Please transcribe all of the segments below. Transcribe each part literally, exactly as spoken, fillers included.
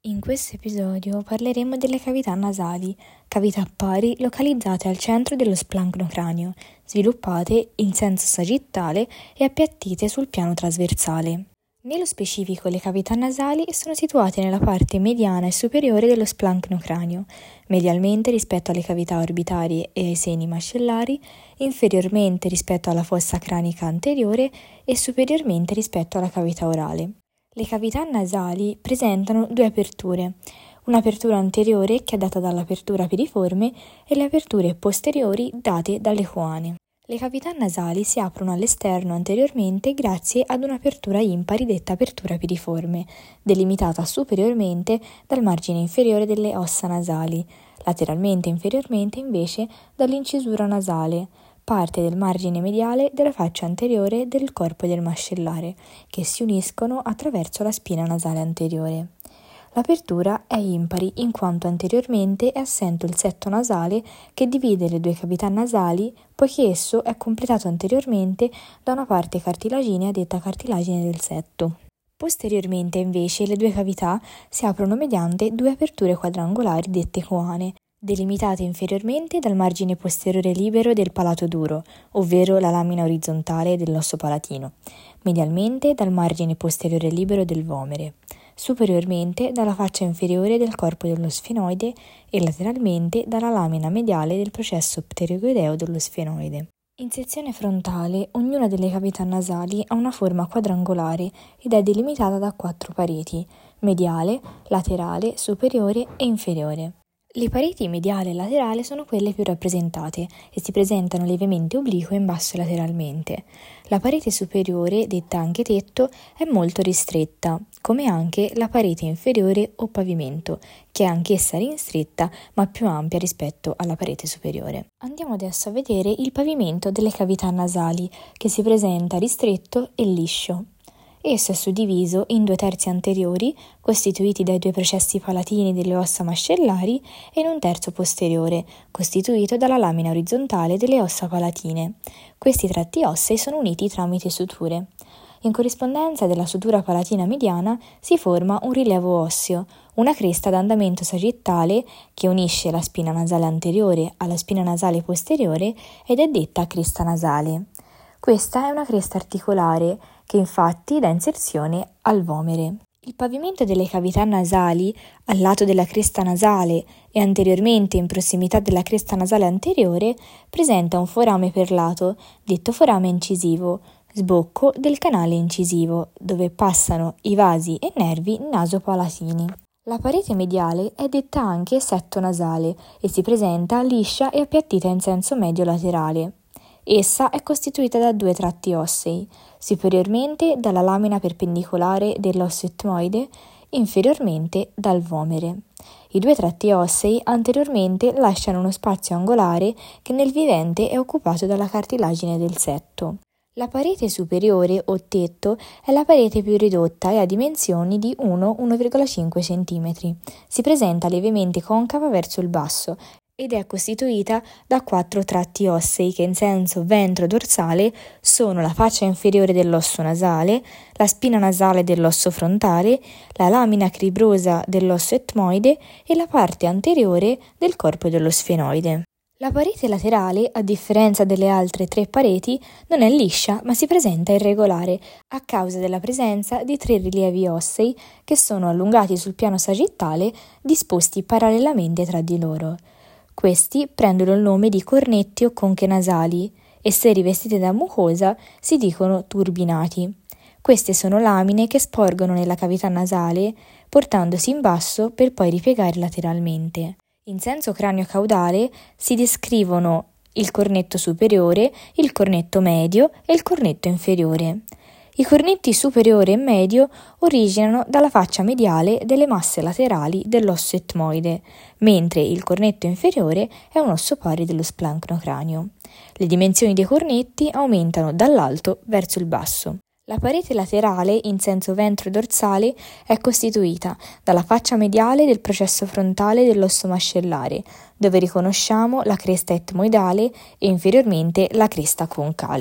In questo episodio parleremo delle cavità nasali, cavità pari localizzate al centro dello splancnocranio, sviluppate in senso sagittale e appiattite sul piano trasversale. Nello specifico, le cavità nasali sono situate nella parte mediana e superiore dello splancnocranio, medialmente rispetto alle cavità orbitarie e ai seni mascellari, inferiormente rispetto alla fossa cranica anteriore e superiormente rispetto alla cavità orale. Le cavità nasali presentano due aperture, un'apertura anteriore che è data dall'apertura piriforme e le aperture posteriori date dalle coane. Le cavità nasali si aprono all'esterno anteriormente grazie ad un'apertura impari detta apertura piriforme, delimitata superiormente dal margine inferiore delle ossa nasali, lateralmente e inferiormente invece dall'incisura nasale, parte del margine mediale della faccia anteriore del corpo del mascellare, che si uniscono attraverso la spina nasale anteriore. L'apertura è impari in quanto anteriormente è assente il setto nasale che divide le due cavità nasali, poiché esso è completato anteriormente da una parte cartilaginea detta cartilagine del setto. Posteriormente invece le due cavità si aprono mediante due aperture quadrangolari dette coane, delimitate inferiormente dal margine posteriore libero del palato duro, ovvero la lamina orizzontale dell'osso palatino, medialmente dal margine posteriore libero del vomere, superiormente dalla faccia inferiore del corpo dello sfenoide e lateralmente dalla lamina mediale del processo pterygoideo dello sfenoide. In sezione frontale, ognuna delle cavità nasali ha una forma quadrangolare ed è delimitata da quattro pareti: mediale, laterale, superiore e inferiore. Le pareti mediale e laterale sono quelle più rappresentate e si presentano lievemente oblique in basso e lateralmente. La parete superiore, detta anche tetto, è molto ristretta, come anche la parete inferiore o pavimento, che è anch'essa ristretta ma più ampia rispetto alla parete superiore. Andiamo adesso a vedere il pavimento delle cavità nasali, che si presenta ristretto e liscio. Esso è suddiviso in due terzi anteriori, costituiti dai due processi palatini delle ossa mascellari, e in un terzo posteriore, costituito dalla lamina orizzontale delle ossa palatine. Questi tratti ossei sono uniti tramite suture. In corrispondenza della sutura palatina mediana si forma un rilievo osseo, una cresta d'andamento sagittale che unisce la spina nasale anteriore alla spina nasale posteriore ed è detta cresta nasale. Questa è una cresta articolare che infatti dà inserzione al vomere. Il pavimento delle cavità nasali, al lato della cresta nasale e anteriormente in prossimità della cresta nasale anteriore, presenta un forame perlato, detto forame incisivo, sbocco del canale incisivo, dove passano i vasi e nervi nasopalatini. La parete mediale è detta anche setto nasale e si presenta liscia e appiattita in senso medio-laterale. Essa è costituita da due tratti ossei, superiormente dalla lamina perpendicolare dell'osso etmoide, inferiormente dal vomere. I due tratti ossei anteriormente lasciano uno spazio angolare che nel vivente è occupato dalla cartilagine del setto. La parete superiore o tetto è la parete più ridotta e ha dimensioni di uno a uno virgola cinque centimetri. Si presenta lievemente concava verso il basso ed è costituita da quattro tratti ossei che in senso ventro-dorsale sono la faccia inferiore dell'osso nasale, la spina nasale dell'osso frontale, la lamina cribrosa dell'osso etmoide e la parte anteriore del corpo dello sfenoide. La parete laterale, a differenza delle altre tre pareti, non è liscia ma si presenta irregolare a causa della presenza di tre rilievi ossei che sono allungati sul piano sagittale disposti parallelamente tra di loro. Questi prendono il nome di cornetti o conche nasali e se rivestite da mucosa si dicono turbinati. Queste sono lamine che sporgono nella cavità nasale portandosi in basso per poi ripiegare lateralmente. In senso cranio-caudale si descrivono il cornetto superiore, il cornetto medio e il cornetto inferiore. I cornetti superiore e medio originano dalla faccia mediale delle masse laterali dell'osso etmoide, mentre il cornetto inferiore è un osso pari dello splancnocranio. Le dimensioni dei cornetti aumentano dall'alto verso il basso. La parete laterale, in senso ventro-dorsale, è costituita dalla faccia mediale del processo frontale dell'osso mascellare, dove riconosciamo la cresta etmoidale e inferiormente la cresta concale.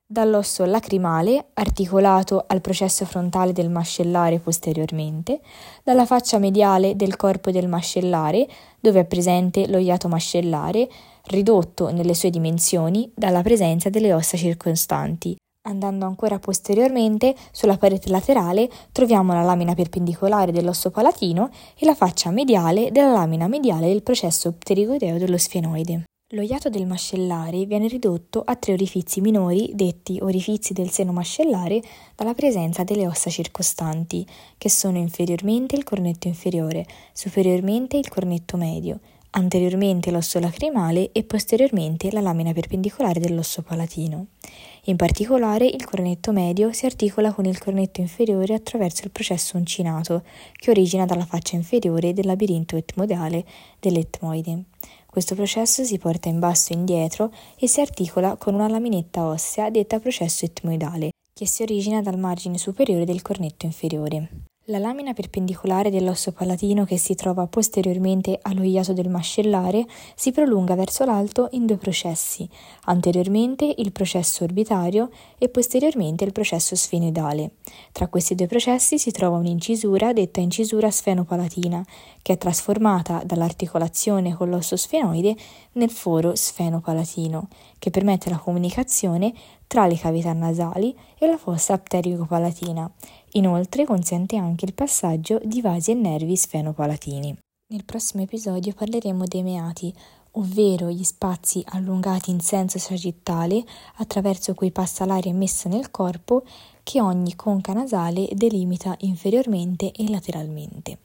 dall'osso lacrimale, articolato al processo frontale del mascellare posteriormente, dalla faccia mediale del corpo del mascellare, dove è presente lo iato mascellare, ridotto nelle sue dimensioni dalla presenza delle ossa circostanti. Andando ancora posteriormente, sulla parete laterale troviamo la lamina perpendicolare dell'osso palatino e la faccia mediale della lamina mediale del processo pterigoteo dello sfenoide. Lo iato del mascellare viene ridotto a tre orifizi minori, detti orifizi del seno mascellare, dalla presenza delle ossa circostanti, che sono inferiormente il cornetto inferiore, superiormente il cornetto medio, anteriormente l'osso lacrimale e posteriormente la lamina perpendicolare dell'osso palatino. In particolare, il cornetto medio si articola con il cornetto inferiore attraverso il processo uncinato, che origina dalla faccia inferiore del labirinto etmoidale dell'etmoide. Questo processo si porta in basso e indietro e si articola con una laminetta ossea detta processo etmoidale, che si origina dal margine superiore del cornetto inferiore. La lamina perpendicolare dell'osso palatino, che si trova posteriormente allo iato del mascellare, si prolunga verso l'alto in due processi, anteriormente il processo orbitario e posteriormente il processo sfenoidale. Tra questi due processi si trova un'incisura detta incisura sfenopalatina, che è trasformata dall'articolazione con l'osso sfenoide nel foro sfenopalatino, che permette la comunicazione tra le cavità nasali e la fossa pterigo-palatina. Inoltre consente anche il passaggio di vasi e nervi sfenopalatini. Nel prossimo episodio parleremo dei meati, ovvero gli spazi allungati in senso sagittale attraverso cui passa l'aria emessa nel corpo che ogni conca nasale delimita inferiormente e lateralmente.